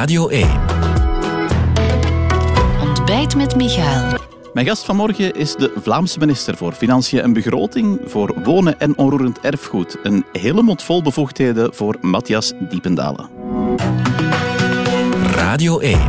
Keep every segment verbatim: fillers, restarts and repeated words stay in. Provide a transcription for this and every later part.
Radio één. Ontbijt met Michael. Mijn gast vanmorgen is de Vlaamse minister voor Financiën en Begroting, voor Wonen en Onroerend Erfgoed. Een hele mond vol bevoegdheden voor Matthias Diependalen. Radio één.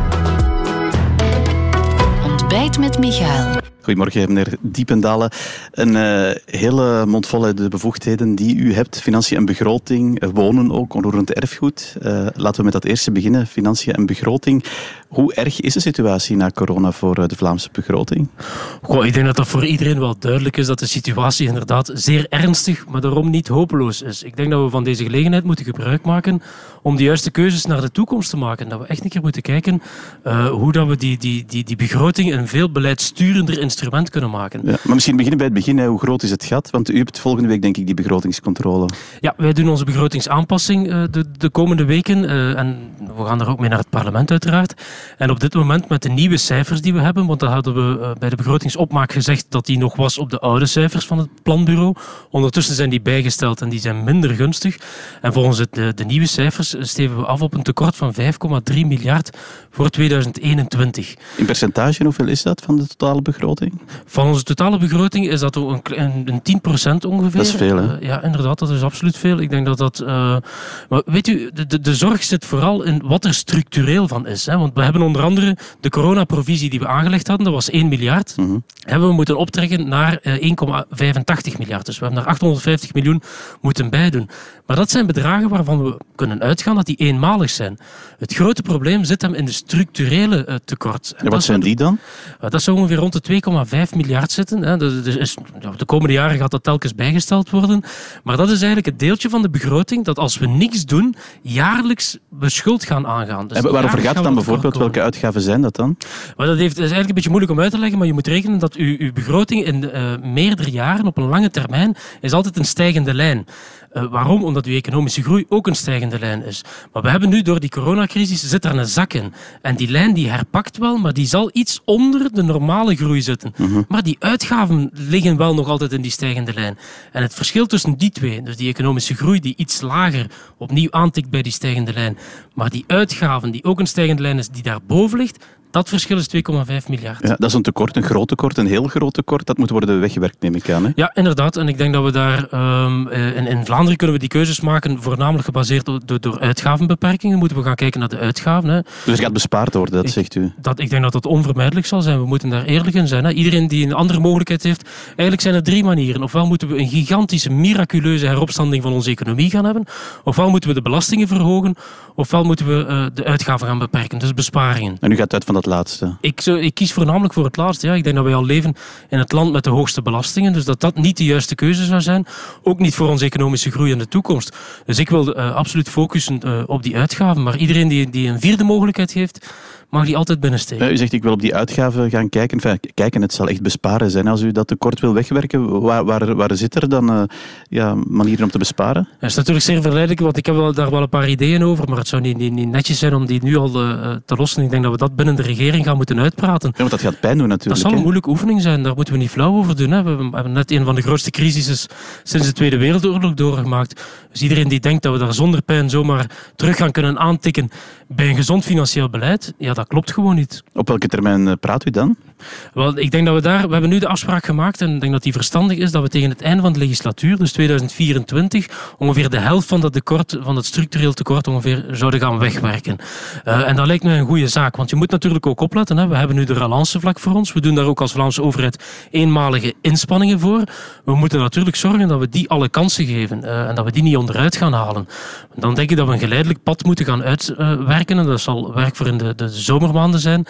Ontbijt met Michael. Goedemorgen, meneer Diependalen. Een uh, hele mond vol uit de bevoegdheden die u hebt. Financiën en begroting, uh, wonen ook, onroerend erfgoed. Uh, laten we met dat eerste beginnen, financiën en begroting. Hoe erg is de situatie na corona voor uh, de Vlaamse begroting? Goh, ik denk dat dat voor iedereen wel duidelijk is dat de situatie inderdaad zeer ernstig, maar daarom niet hopeloos is. Ik denk dat we van deze gelegenheid moeten gebruik maken om de juiste keuzes naar de toekomst te maken. Dat we echt een keer moeten kijken uh, hoe dat we die, die, die, die begroting een veel beleidsturender instrument kunnen maken. Ja, maar misschien beginnen bij het begin. Hè. Hoe groot is het gat? Want u hebt volgende week denk ik die begrotingscontrole. Ja, wij doen onze begrotingsaanpassing uh, de, de komende weken uh, en we gaan er ook mee naar het parlement uiteraard. En op dit moment met de nieuwe cijfers die we hebben, want dat hadden we uh, bij de begrotingsopmaak gezegd dat die nog was op de oude cijfers van het planbureau. Ondertussen zijn die bijgesteld en die zijn minder gunstig. En volgens het, de, de nieuwe cijfers steven we af op een tekort van vijf komma drie miljard voor tweeduizend eenentwintig. In percentage, hoeveel is dat van de totale begroting? Van onze totale begroting is dat een, een, een tien procent ongeveer. Dat is veel, hè? Uh, ja, inderdaad, dat is absoluut veel. Ik denk dat dat... Uh, maar weet u, de, de, de zorg zit vooral in wat er structureel van is. Hè? Want we hebben onder andere de coronaprovisie die we aangelegd hadden, dat was één miljard. Mm-hmm. Hebben we moeten optrekken naar uh, één komma vijfentachtig miljard. Dus we hebben daar achthonderdvijftig miljoen moeten bijdoen. Maar dat zijn bedragen waarvan we kunnen uitgaan dat die eenmalig zijn. Het grote probleem zit hem in de structurele uh, tekort. En, en wat zijn die dan? Uh, dat zou ongeveer rond de twee komma vijf miljard zitten. Hè. De, de, is, de komende jaren gaat dat telkens bijgesteld worden. Maar dat is eigenlijk het deeltje van de begroting dat als we niks doen, jaarlijks we schuld gaan aangaan. Dus en waarover gaat het dan bijvoorbeeld? Welke uitgaven zijn dat dan? Maar dat, heeft, dat is eigenlijk een beetje moeilijk om uit te leggen, maar je moet rekenen dat uw, uw begroting in uh, meerdere jaren, op een lange termijn, is altijd een stijgende lijn. Uh, waarom? Omdat uw economische groei ook een stijgende lijn is. Maar we hebben nu door die coronacrisis zit er een zak in. En die lijn die herpakt wel, maar die zal iets onder de normale groei zitten. Mm-hmm. Maar die uitgaven liggen wel nog altijd in die stijgende lijn. En het verschil tussen die twee, dus die economische groei die iets lager opnieuw aantikt bij die stijgende lijn, maar die uitgaven die ook een stijgende lijn is die daarboven ligt, dat verschil is twee komma vijf miljard. Ja, dat is een tekort, een groot tekort, een heel groot tekort. Dat moet worden weggewerkt, neem ik aan. Hè? Ja, inderdaad. En ik denk dat we daar... Um, in, in Vlaanderen kunnen we die keuzes maken, voornamelijk gebaseerd door, door uitgavenbeperkingen. Moeten we gaan kijken naar de uitgaven. Hè. Dus er gaat bespaard worden, dat ik, zegt u? Dat, ik denk dat dat onvermijdelijk zal zijn. We moeten daar eerlijk in zijn. Hè. Iedereen die een andere mogelijkheid heeft... Eigenlijk zijn er drie manieren. Ofwel moeten we een gigantische, miraculeuze heropstanding van onze economie gaan hebben. Ofwel moeten we de belastingen verhogen. Ofwel moeten we uh, de uitgaven gaan beperken. Dus besparingen. En u gaat uit van dat laatste? Ik, zo, ik kies voornamelijk voor het laatste. Ja. Ik denk dat wij al leven in het land met de hoogste belastingen. Dus dat dat niet de juiste keuze zou zijn. Ook niet voor onze economische groei in de toekomst. Dus ik wil uh, absoluut focussen uh, op die uitgaven. Maar iedereen die, die een vierde mogelijkheid heeft, mag die altijd binnensteken. Uh, u zegt, ik wil op die uitgaven gaan kijken. Enfin, kijken, het zal echt besparen zijn. Als u dat tekort wil wegwerken, waar, waar, waar zit er dan uh, ja, manieren om te besparen? Dat is natuurlijk zeer verleidelijk, want ik heb wel, daar wel een paar ideeën over. Maar het zou niet, niet, niet netjes zijn om die nu al uh, te lossen. Ik denk dat we dat binnen de regering gaan moeten uitpraten. Ja, want dat gaat pijn doen natuurlijk. Dat zal een hè? moeilijke oefening zijn. Daar moeten we niet flauw over doen. Hè. We hebben net een van de grootste crisissen sinds de Tweede Wereldoorlog doorgemaakt. Dus iedereen die denkt dat we daar zonder pijn zomaar terug gaan kunnen aantikken bij een gezond financieel beleid, ja, dat klopt gewoon niet. Op welke termijn praat u dan? Wel, ik denk dat we daar... We hebben nu de afspraak gemaakt en ik denk dat die verstandig is dat we tegen het einde van de legislatuur, dus tweeduizend vierentwintig, ongeveer de helft van dat tekort, van het structureel tekort ongeveer zouden gaan wegwerken. Uh, en dat lijkt me een goede zaak, want je moet natuurlijk ook opletten. Hè. We hebben nu de relancevlak voor ons. We doen daar ook als Vlaamse overheid eenmalige inspanningen voor. We moeten natuurlijk zorgen dat we die alle kansen geven uh, en dat we die niet onderuit gaan halen. Dan denk ik dat we een geleidelijk pad moeten gaan uitwerken en dat zal werk voor in de, de zomermaanden zijn.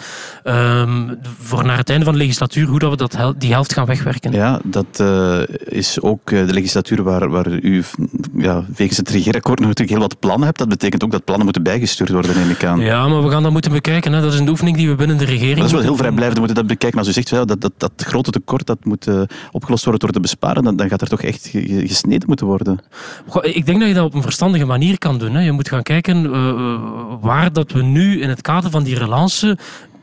Um, voor naar het einde van de legislatuur, hoe dat we dat, die helft gaan wegwerken. Ja, dat uh, is ook de legislatuur waar, waar u ja, wegens het regeerakkoord nog natuurlijk heel wat plannen hebt. Dat betekent ook dat plannen moeten bijgestuurd worden, neem ik aan. Ja, maar we gaan dat moeten bekijken. Hè. Dat is een oefening die we binnen de regering... Dat is wel heel vrijblijvend, we moeten dat bekijken. Maar als u zegt ja, dat, dat, dat grote tekort dat moet uh, opgelost worden door te besparen, dan, dan gaat er toch echt gesneden moeten worden. Goh, ik denk dat je dat op een verstandige manier kan doen. Hè. Je moet gaan kijken uh, waar dat we nu in het kader van die relance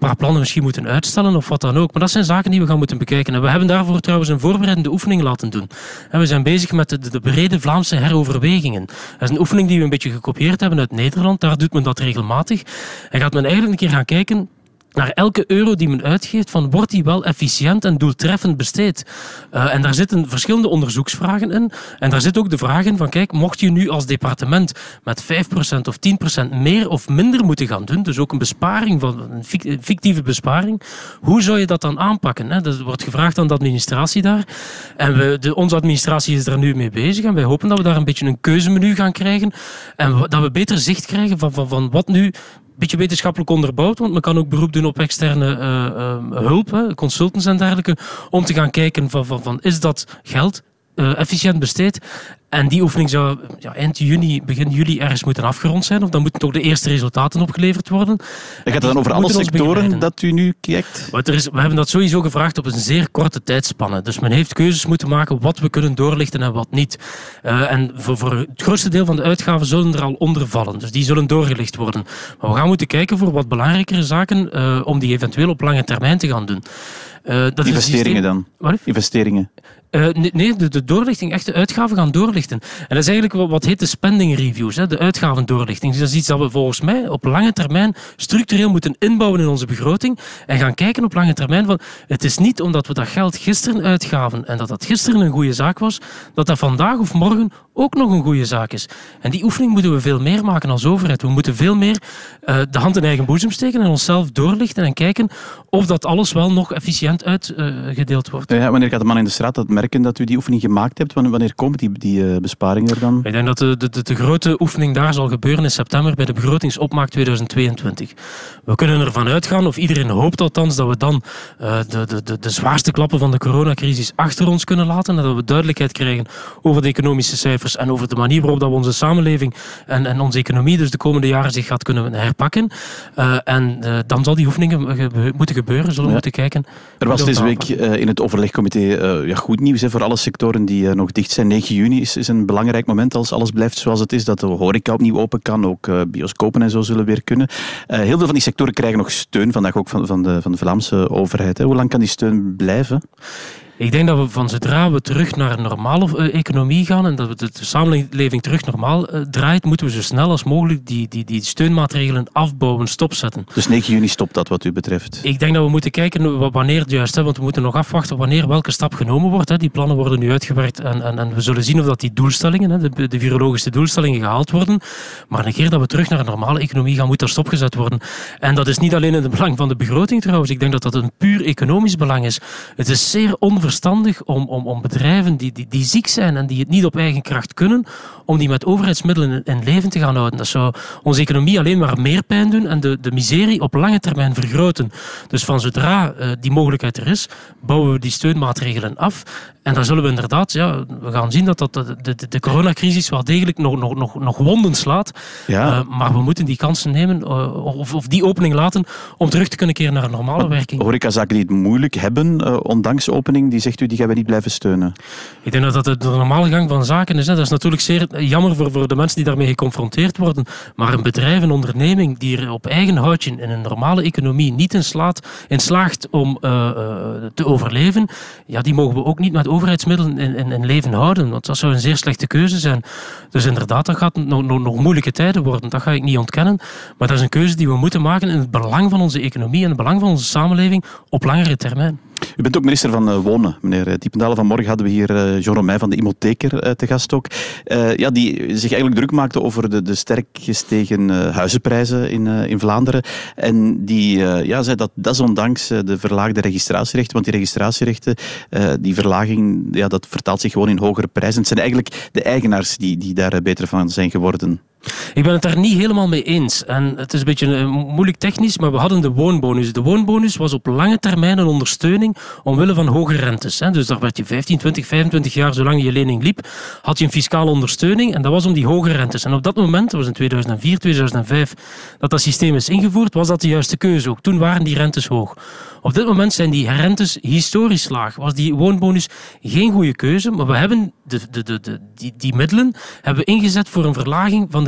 paar plannen misschien moeten uitstellen of wat dan ook. Maar dat zijn zaken die we gaan moeten bekijken. En we hebben daarvoor trouwens een voorbereidende oefening laten doen. En we zijn bezig met de, de brede Vlaamse heroverwegingen. Dat is een oefening die we een beetje gekopieerd hebben uit Nederland. Daar doet men dat regelmatig. En gaat men eigenlijk een keer gaan kijken naar elke euro die men uitgeeft, van wordt die wel efficiënt en doeltreffend besteed? Uh, en daar zitten verschillende onderzoeksvragen in. En daar zit ook de vraag in van, kijk, mocht je nu als departement met vijf procent of tien procent meer of minder moeten gaan doen, dus ook een besparing, van een fictieve besparing, hoe zou je dat dan aanpakken? Hè? Dat wordt gevraagd aan de administratie daar. En we, de, onze administratie is er nu mee bezig en wij hopen dat we daar een beetje een keuzemenu gaan krijgen en dat we beter zicht krijgen van, van, van wat nu een beetje wetenschappelijk onderbouwd, want men kan ook beroep doen op externe uh, uh, hulp, hè, consultants en dergelijke, om te gaan kijken van, van, van is dat geld uh, efficiënt besteed? En die oefening zou ja, eind juni, begin juli ergens moeten afgerond zijn, of dan moeten toch de eerste resultaten opgeleverd worden. En gaat het dan over alle sectoren dat u nu kijkt? Want er is, we hebben dat sowieso gevraagd op een zeer korte tijdspanne. Dus men heeft keuzes moeten maken wat we kunnen doorlichten en wat niet. Uh, en voor, voor het grootste deel van de uitgaven zullen er al onder vallen. Dus die zullen doorgelicht worden. Maar we gaan moeten kijken voor wat belangrijkere zaken uh, om die eventueel op lange termijn te gaan doen. Uh, dat Investeringen dan? Wat? Investeringen? Uh, nee, de, de doorlichting, echt de uitgaven gaan doorlichten. En dat is eigenlijk wat, wat heet de spending reviews, hè, de uitgavendoorlichting. Dus dat is iets dat we volgens mij op lange termijn structureel moeten inbouwen in onze begroting en gaan kijken op lange termijn van, het is niet omdat we dat geld gisteren uitgaven en dat dat gisteren een goede zaak was, dat dat vandaag of morgen ook nog een goede zaak is. En die oefening moeten we veel meer maken als overheid. We moeten veel meer uh, de hand in eigen boezem steken en onszelf doorlichten en kijken of dat alles wel nog efficiënt uitgedeeld uh, wordt. Ja, wanneer gaat de man in de straat dat merken dat u die oefening gemaakt hebt? Wanneer komen die, die uh, besparingen er dan? Ik denk dat de, de, de grote oefening daar zal gebeuren in september bij de begrotingsopmaak tweeduizend tweeëntwintig. We kunnen ervan uitgaan, of iedereen hoopt althans, dat we dan uh, de, de, de, de zwaarste klappen van de coronacrisis achter ons kunnen laten en dat we duidelijkheid krijgen over de economische cijfers en over de manier waarop dat we onze samenleving en, en onze economie dus de komende jaren zich gaat kunnen herpakken. Uh, en uh, dan zal die oefeningen gebe- moeten gebeuren, zullen we ja. moeten kijken. Er was deze week uh, in het overlegcomité uh, ja, goed nieuws hè, voor alle sectoren die uh, nog dicht zijn. negen juni is, is een belangrijk moment als alles blijft zoals het is, dat de horeca opnieuw open kan, ook uh, bioscopen en zo zullen weer kunnen. Uh, heel veel van die sectoren krijgen nog steun, vandaag ook van, van, de, van de Vlaamse overheid. Hè. Hoe lang kan die steun blijven? Ik denk dat we van zodra we terug naar een normale uh, economie gaan en dat we de, de samenleving terug normaal uh, draait, moeten we zo snel als mogelijk die, die, die steunmaatregelen afbouwen, stopzetten. Dus negen juni stopt dat wat u betreft? Ik denk dat we moeten kijken wanneer het juist, hè, want we moeten nog afwachten wanneer welke stap genomen wordt. Hè. Die plannen worden nu uitgewerkt en, en, en we zullen zien of dat die doelstellingen, hè, de, de virologische doelstellingen gehaald worden. Maar een keer dat we terug naar een normale economie gaan, moet er stopgezet worden. En dat is niet alleen in het belang van de begroting trouwens. Ik denk dat dat een puur economisch belang is. Het is zeer onverstandig verstandig om, om, om bedrijven die, die, die ziek zijn en die het niet op eigen kracht kunnen, om die met overheidsmiddelen in, in leven te gaan houden. Dat zou onze economie alleen maar meer pijn doen en de, de miserie op lange termijn vergroten. Dus van zodra uh, die mogelijkheid er is, bouwen we die steunmaatregelen af. En dan zullen we inderdaad, ja, we gaan zien dat, dat de, de, de coronacrisis wel degelijk nog, nog, nog, nog wonden slaat. Ja. Uh, maar we moeten die kansen nemen, uh, of, of die opening laten, om terug te kunnen keren naar een normale werking. Horecazaken die het moeilijk hebben, uh, ondanks opening, die zegt u, die gaan we niet blijven steunen. Ik denk dat dat de, de normale gang van zaken is. Hè. Dat is natuurlijk zeer jammer voor, voor de mensen die daarmee geconfronteerd worden. Maar een bedrijf, een onderneming die er op eigen houtje in een normale economie niet in, slaat, in slaagt om uh, uh, te overleven, ja, die mogen we ook niet met overheidsmiddelen in, in, in leven houden. Want dat zou een zeer slechte keuze zijn. Dus inderdaad, dat gaat nog, nog, nog moeilijke tijden worden. Dat ga ik niet ontkennen. Maar dat is een keuze die we moeten maken in het belang van onze economie en het belang van onze samenleving op langere termijn. U bent ook minister van uh, Wonen, meneer Diependalen. Vanmorgen hadden we hier uh, Jean Romein van de Imotheker uh, te gast ook. Uh, ja, die zich eigenlijk druk maakte over de, de sterk gestegen uh, huizenprijzen in, uh, in Vlaanderen. En die uh, ja, zei dat desondanks uh, de verlaagde registratierechten, want die registratierechten, uh, die verlaging, ja, dat vertaalt zich gewoon in hogere prijzen. Het zijn eigenlijk de eigenaars die, die daar uh, beter van zijn geworden. Ik ben het daar niet helemaal mee eens. En het is een beetje uh, moeilijk technisch, maar we hadden de woonbonus. De woonbonus was op lange termijn een ondersteuning omwille van hoge rentes. Hè. Dus daar werd je vijftien, twintig, vijfentwintig jaar, zolang je lening liep, had je een fiscale ondersteuning en dat was om die hoge rentes. En op dat moment, dat was in tweeduizend vier, tweeduizend vijf, dat dat systeem is ingevoerd, was dat de juiste keuze ook. Toen waren die rentes hoog. Op dit moment zijn die rentes historisch laag. Was die woonbonus geen goede keuze, maar we hebben de, de, de, de, die, die middelen hebben we ingezet voor een verlaging van de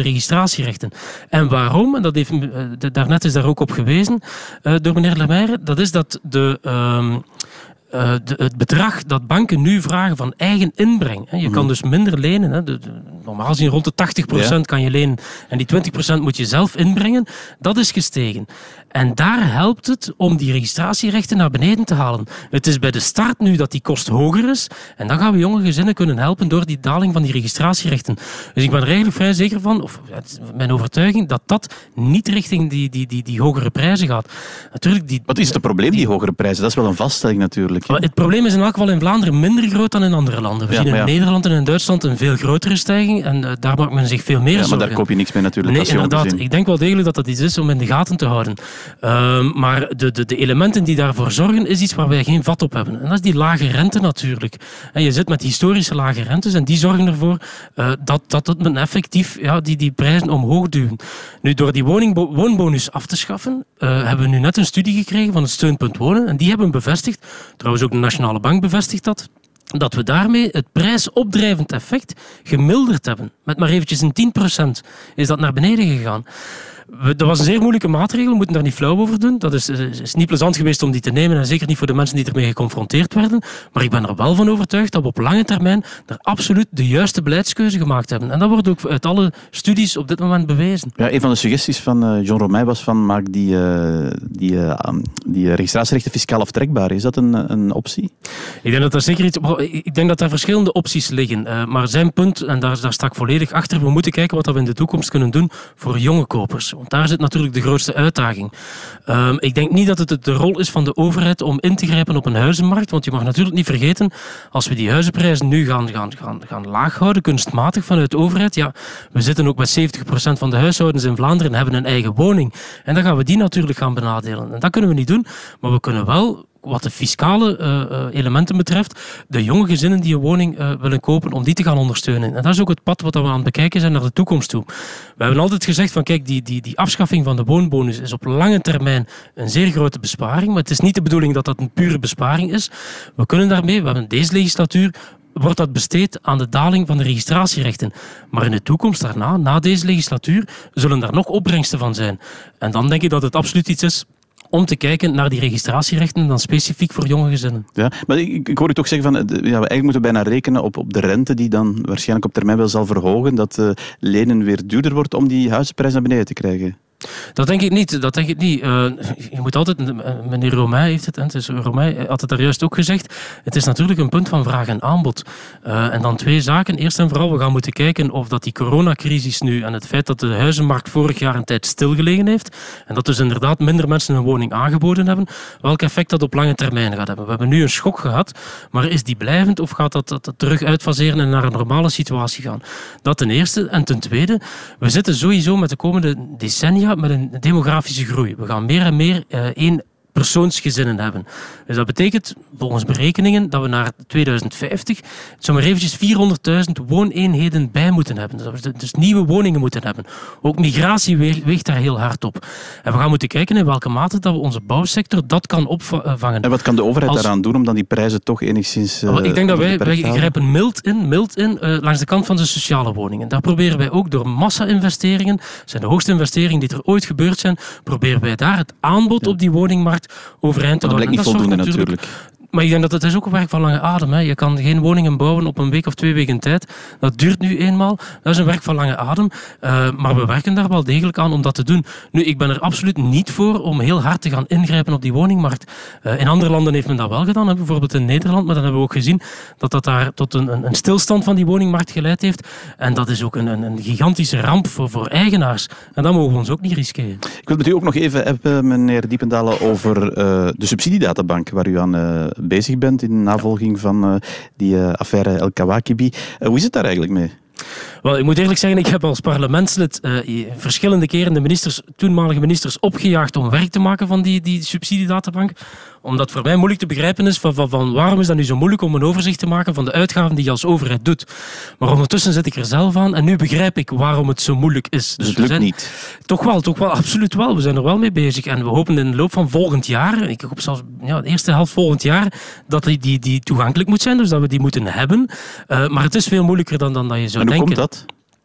registratierechten. En waarom? En dat heeft, uh, daarnet is daar ook op gewezen uh, door meneer Lemaire. Dat is dat de... Uh, Uh, de, het bedrag dat banken nu vragen van eigen inbreng. Hè. Je kan dus minder lenen. Hè. De, de, normaal gezien rond de tachtig procent kan je lenen en die twintig procent moet je zelf inbrengen. Dat is gestegen. En daar helpt het om die registratierechten naar beneden te halen. Het is bij de start nu dat die kost hoger is en dan gaan we jonge gezinnen kunnen helpen door die daling van die registratierechten. Dus ik ben er eigenlijk vrij zeker van, of mijn overtuiging, dat dat niet richting die, die, die, die hogere prijzen gaat. Natuurlijk die, Wat is het probleem, die hogere prijzen? Dat is wel een vaststelling natuurlijk. Maar het probleem is in elk geval in Vlaanderen minder groot dan in andere landen. We Ja, zien in ja. Nederland en in Duitsland een veel grotere stijging en uh, daar maakt men zich veel meer Ja, maar zorgen. daar koop je niks mee natuurlijk. Nee, als jong inderdaad. gezin. Ik denk wel degelijk dat dat iets is om in de gaten te houden. Uh, maar de, de, de elementen die daarvoor zorgen, is iets waar wij geen vat op hebben. En dat is die lage rente natuurlijk. En je zit met historische lage rentes en die zorgen ervoor uh, dat, dat het men effectief ja, die, die prijzen omhoog duwen. Nu, door die woningbo- woonbonus af te schaffen, uh, hebben we nu net een studie gekregen van het Steunpunt Wonen. En die hebben bevestigd, trouwens ook de Nationale Bank bevestigt dat, dat we daarmee het prijsopdrijvend effect gemilderd hebben. Met maar eventjes een tien procent is dat naar beneden gegaan. Dat was een zeer moeilijke maatregel, we moeten daar niet flauw over doen. Dat is, is niet plezant geweest om die te nemen en zeker niet voor de mensen die ermee geconfronteerd werden. Maar ik ben er wel van overtuigd dat we op lange termijn daar absoluut de juiste beleidskeuze gemaakt hebben. En dat wordt ook uit alle studies op dit moment bewezen. Ja, een van de suggesties van uh, John Romay was van maak die, uh, die, uh, die registratierechten fiscaal aftrekbaar. Is dat een, een optie? Ik denk dat daar zeker iets... Ik denk dat daar verschillende opties liggen. Uh, maar zijn punt, en daar, daar sta ik volledig achter, we moeten kijken wat we in de toekomst kunnen doen voor jonge kopers. Want daar zit natuurlijk de grootste uitdaging. Um, ik denk niet dat het de rol is van de overheid om in te grijpen op een huizenmarkt, want je mag natuurlijk niet vergeten, als we die huizenprijzen nu gaan, gaan, gaan, gaan laag houden, kunstmatig vanuit de overheid, ja, we zitten ook met zeventig procent van de huishoudens in Vlaanderen en hebben een eigen woning. En dan gaan we die natuurlijk gaan benadelen. En dat kunnen we niet doen, maar we kunnen wel, wat de fiscale uh, elementen betreft, de jonge gezinnen die een woning uh, willen kopen, om die te gaan ondersteunen. En dat is ook het pad wat we aan het bekijken zijn naar de toekomst toe. We hebben altijd gezegd van kijk, die, die, die afschaffing van de woonbonus is op lange termijn een zeer grote besparing, maar het is niet de bedoeling dat dat een pure besparing is. We kunnen daarmee, we hebben deze legislatuur, wordt dat besteed aan de daling van de registratierechten. Maar in de toekomst daarna, na deze legislatuur, zullen daar nog opbrengsten van zijn. En dan denk ik dat het absoluut iets is om te kijken naar die registratierechten en dan specifiek voor jonge gezinnen. Ja, maar ik, ik hoor u toch zeggen van, ja, we eigenlijk moeten bijna rekenen op, op de rente die dan waarschijnlijk op termijn wel zal verhogen, dat uh, lenen weer duurder wordt om die huizenprijs naar beneden te krijgen. Dat denk ik niet. Dat denk ik niet. Uh, je moet altijd, meneer Romay heeft het, het is, Romay had het daar juist ook gezegd, het is natuurlijk een punt van vraag en aanbod. Uh, en dan twee zaken. Eerst en vooral, we gaan moeten kijken of dat die coronacrisis nu en het feit dat de huizenmarkt vorig jaar een tijd stilgelegen heeft en dat dus inderdaad minder mensen een woning aangeboden hebben, welk effect dat op lange termijn gaat hebben. We hebben nu een schok gehad, maar is die blijvend of gaat dat, dat, dat terug uitfaseren en naar een normale situatie gaan? Dat ten eerste. En ten tweede, we zitten sowieso met de komende decennia met een demografische groei. We gaan meer en meer uh, één persoonsgezinnen hebben. Dus dat betekent, volgens berekeningen, dat we naar tweeduizend vijftig zomaar eventjes vierhonderdduizend wooneenheden bij moeten hebben. Dus, we dus nieuwe woningen moeten hebben. Ook migratie weegt, weegt daar heel hard op. En we gaan moeten kijken in welke mate dat we onze bouwsector dat kan opvangen. En wat kan de overheid Als... daaraan doen om dan die prijzen toch enigszins uh, Ik denk dat wij, wij houden? grijpen mild in, mild in uh, langs de kant van de sociale woningen. Daar proberen wij ook door massa-investeringen, dat zijn de hoogste investeringen die er ooit gebeurd zijn, proberen wij daar het aanbod ja. op die woningmarkt overeind te dat houden. blijkt niet voldoende natuurlijk. natuurlijk. Maar ik denk dat het is ook een werk van lange adem. Hè. Je kan geen woningen bouwen op een week of twee weken tijd. Dat duurt nu eenmaal. Dat is een werk van lange adem. Uh, maar we werken daar wel degelijk aan om dat te doen. Nu, ik ben er absoluut niet voor om heel hard te gaan ingrijpen op die woningmarkt. Uh, in andere landen heeft men dat wel gedaan. Hè. Bijvoorbeeld in Nederland. Maar dan hebben we ook gezien dat dat daar tot een, een, een stilstand van die woningmarkt geleid heeft. En dat is ook een, een, een gigantische ramp voor, voor eigenaars. En dat mogen we ons ook niet riskeren. Ik wil met u ook nog even hebben, meneer Diependalen, over uh, de subsidiedatabank waar u aan uh, bezig bent in navolging van uh, die uh, affaire El Kawakibi. Uh, hoe is het daar eigenlijk mee? Wel, ik moet eerlijk zeggen, ik heb als parlementslid uh, verschillende keren de ministers, toenmalige ministers opgejaagd om werk te maken van die, die subsidiedatabank. Omdat voor mij moeilijk te begrijpen is van, van, van waarom is dat nu zo moeilijk om een overzicht te maken van de uitgaven die je als overheid doet. Maar ondertussen zit ik er zelf aan en nu begrijp ik waarom het zo moeilijk is. Dus, dus het lukt zijn, niet? Toch wel, toch wel, absoluut wel. We zijn er wel mee bezig en we hopen in de loop van volgend jaar, ik hoop zelfs ja, de eerste helft volgend jaar, dat die, die, die toegankelijk moet zijn, dus dat we die moeten hebben. Uh, maar het is veel moeilijker dan, dan dat je zou en hoe denken. Komt dat?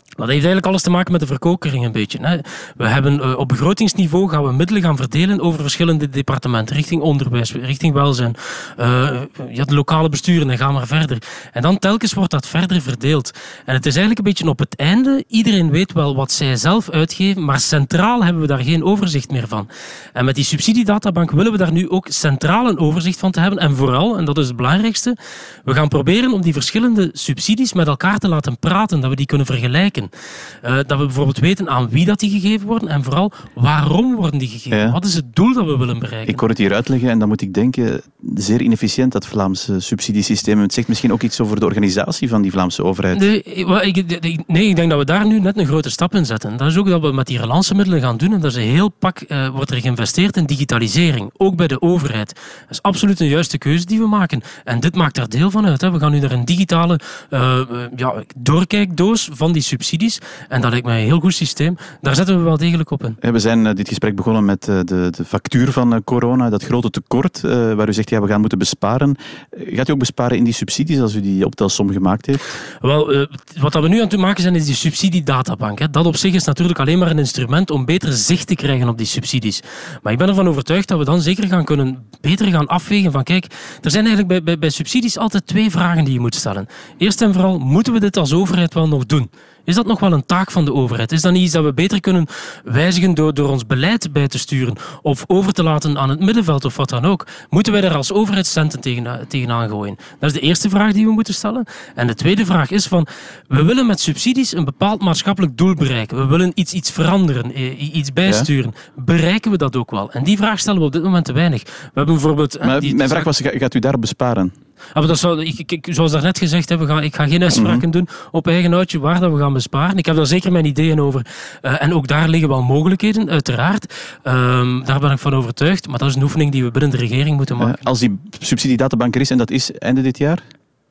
Dat heeft eigenlijk alles te maken met de verkokering een beetje. Hè. We hebben uh, op begrotingsniveau gaan we middelen gaan verdelen over verschillende departementen. Richting onderwijs, richting welzijn, uh, ja, de lokale besturen en gaan maar verder. En dan telkens wordt dat verder verdeeld. En het is eigenlijk een beetje op het einde. Iedereen weet wel wat zij zelf uitgeven, maar centraal hebben we daar geen overzicht meer van. En met die subsidiedatabank willen we daar nu ook centraal een overzicht van te hebben. En vooral, en dat is het belangrijkste, we gaan proberen om die verschillende subsidies met elkaar te laten praten, dat we die kunnen vergelijken. Uh, dat we bijvoorbeeld weten aan wie dat die gegeven worden en vooral waarom worden die gegeven. Ja. Wat is het doel dat we willen bereiken? Ik hoor het hier uitleggen en dan moet ik denken, zeer inefficiënt dat Vlaamse subsidiesysteem. Het zegt misschien ook iets over de organisatie van die Vlaamse overheid. Nee, ik, nee, ik denk dat we daar nu net een grote stap in zetten. Dat is ook dat we met die relancemiddelen gaan doen en dat is een heel pak uh, wordt er geïnvesteerd in digitalisering, ook bij de overheid. Dat is absoluut een juiste keuze die we maken. En dit maakt daar deel van uit. Hè. We gaan nu naar een digitale uh, ja, doorkijkdoos van die subsidies. En dat lijkt mij een heel goed systeem. Daar zetten we wel degelijk op in. We zijn uh, dit gesprek begonnen met uh, de, de factuur van uh, corona, dat grote tekort, uh, waar u zegt, ja, we gaan moeten besparen. Uh, gaat u ook besparen in die subsidies als u die optelsom gemaakt heeft? Wel, uh, wat we nu aan het maken zijn, is die subsidiedatabank. Hè. Dat op zich is natuurlijk alleen maar een instrument om beter zicht te krijgen op die subsidies. Maar ik ben ervan overtuigd dat we dan zeker gaan kunnen beter gaan afwegen van, kijk, er zijn eigenlijk bij, bij, bij subsidies altijd twee vragen die je moet stellen. Eerst en vooral, moeten we dit als overheid wel nog doen? Is dat nog wel een taak van de overheid? Is dat niet iets dat we beter kunnen wijzigen door, door ons beleid bij te sturen of over te laten aan het middenveld of wat dan ook? Moeten wij daar als overheid centen tegen, tegenaan gooien? Dat is de eerste vraag die we moeten stellen. En de tweede vraag is van, we willen met subsidies een bepaald maatschappelijk doel bereiken. We willen iets, iets veranderen, iets bijsturen. Ja? Bereiken we dat ook wel? En die vraag stellen we op dit moment te weinig. We hebben bijvoorbeeld... Maar die, mijn vraag was, gaat u daarop besparen? Maar dat zou, ik, ik, zoals daarnet gezegd heb, ga, ik ga geen uitspraken mm-hmm. doen op eigen houtje waar dat we gaan besparen. Ik heb daar zeker mijn ideeën over. Uh, en ook daar liggen wel mogelijkheden, uiteraard. Uh, daar ben ik van overtuigd. Maar dat is een oefening die we binnen de regering moeten maken. Uh, als die subsidiedatabank er is, en dat is einde dit jaar?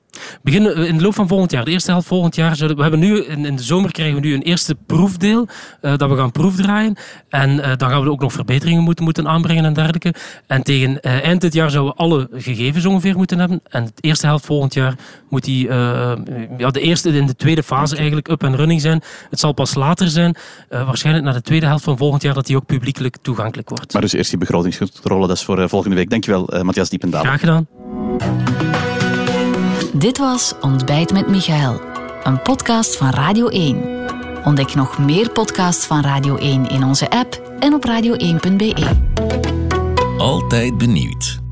Begin in de loop van volgend jaar, de eerste helft volgend jaar. We hebben nu, in de zomer krijgen we nu een eerste proefdeel uh, dat we gaan proefdraaien. En uh, dan gaan we ook nog verbeteringen moeten, moeten aanbrengen en dergelijke. En tegen uh, eind dit jaar zouden we alle gegevens ongeveer moeten hebben. En de eerste helft volgend jaar moet die, uh, ja, de eerste in de tweede fase eigenlijk up en running zijn. Het zal pas later zijn, uh, waarschijnlijk na de tweede helft van volgend jaar, dat die ook publiekelijk toegankelijk wordt. Maar dus eerst die begrotingscontrole, dat is voor uh, volgende week. Dankjewel, uh, Matthias Diependalen. Graag gedaan. Dit was Ontbijt met Michaël, een podcast van Radio één. Ontdek nog meer podcasts van Radio één in onze app en op radio één punt be. Altijd benieuwd.